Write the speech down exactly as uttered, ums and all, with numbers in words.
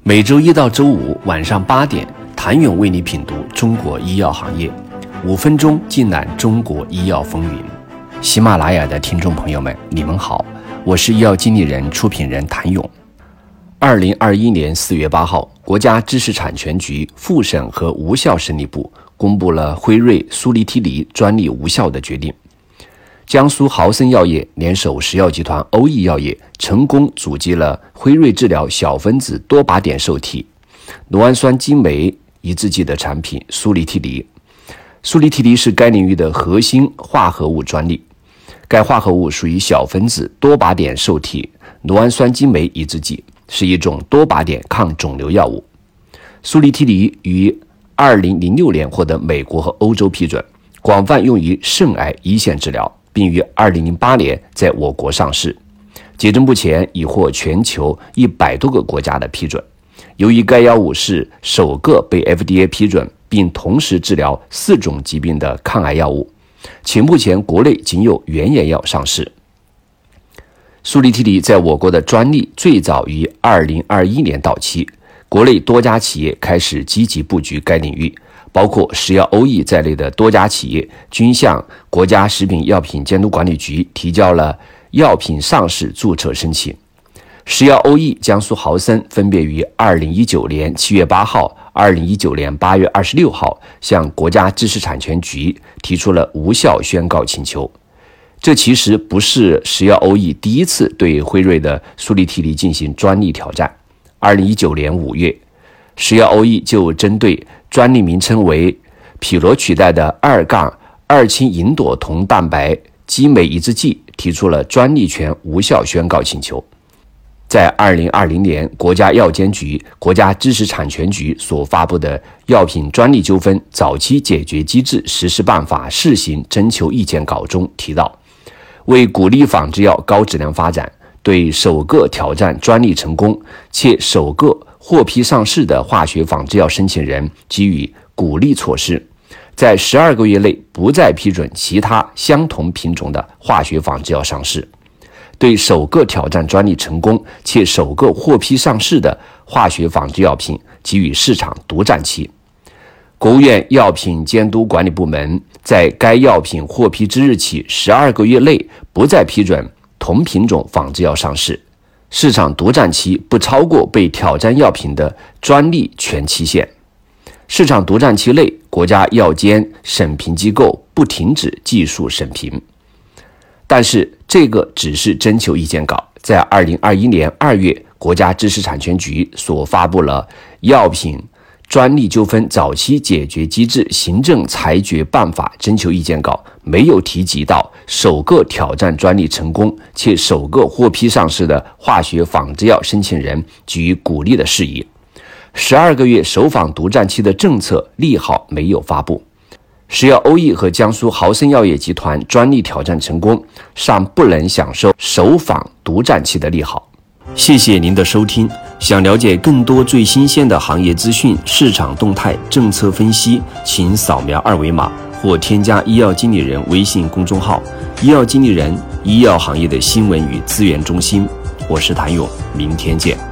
每周一到周五晚上八点，谭勇为你品读中国医药行业，五分钟尽览中国医药风云。喜马拉雅的听众朋友们，你们好，我是医药经理人、出品人谭勇。二零二一年四月八号，国家知识产权局复审和无效审理部公布了辉瑞苏利替尼专利无效的决定。江苏豪森药业联手石药集团欧益药业，成功阻击了辉瑞治疗小分子多靶点受体酪氨酸激酶抑制剂的产品苏利替尼。苏利替尼是该领域的核心化合物专利，该化合物属于小分子多靶点受体酪氨酸激酶抑制剂，是一种多靶点抗肿瘤药物。苏利替尼于二零零六年获得美国和欧洲批准，广泛用于肾癌一线治疗，并于二零零八年在我国上市。截至目前，已获全球一百多个国家的批准。由于该药物是首个被 F D A 批准并同时治疗四种疾病的抗癌药物，且目前国内仅有原研药上市。苏利替尼在我国的专利最早于二零二一年到期，国内多家企业开始积极布局该领域，包括石药欧益在内的多家企业均向国家食品药品监督管理局提交了药品上市注册申请。石药欧益、江苏豪森分别于二零一九年七月八号、二零一九年八月二十六号向国家知识产权局提出了无效宣告请求。这其实不是石药欧益第一次对辉瑞的苏利替尼进行专利挑战。二零一九年五月，石药欧益就针对专利名称为匹罗取代的二杠二氢吲哚酮蛋白激酶抑制剂提出了专利权无效宣告请求。在二零二零年，国家药监局、国家知识产权局所发布的《药品专利纠纷早期解决机制实施办法》试行征求意见稿中提到，为鼓励仿制药高质量发展，对首个挑战专利成功且首个获批上市的化学仿制药申请人给予鼓励措施，在十二个月内不再批准其他相同品种的化学仿制药上市。对首个挑战专利成功且首个获批上市的化学仿制药品给予市场独占期。国务院药品监督管理部门在该药品获批之日起十二个月内不再批准同品种仿制药上市，市场独占期不超过被挑战药品的专利权期限。市场独占期内，国家药监审评机构不停止技术审评。但是这个只是征求意见稿，在二零二一年二月，国家知识产权局所发布了《药品专利纠纷早期解决机制行政裁决办法》征求意见稿，没有提及到首个挑战专利成功且首个获批上市的化学仿制药申请人给予鼓励的事宜。十二个月首仿独占期的政策利好没有发布。石药欧益和江苏豪森药业集团专利挑战成功，尚不能享受首仿独占期的利好。谢谢您的收听，想了解更多最新鲜的行业资讯、市场动态、政策分析，请扫描二维码或添加医药经理人微信公众号“医药经理人”，医药行业的新闻与资源中心。我是谭勇，明天见。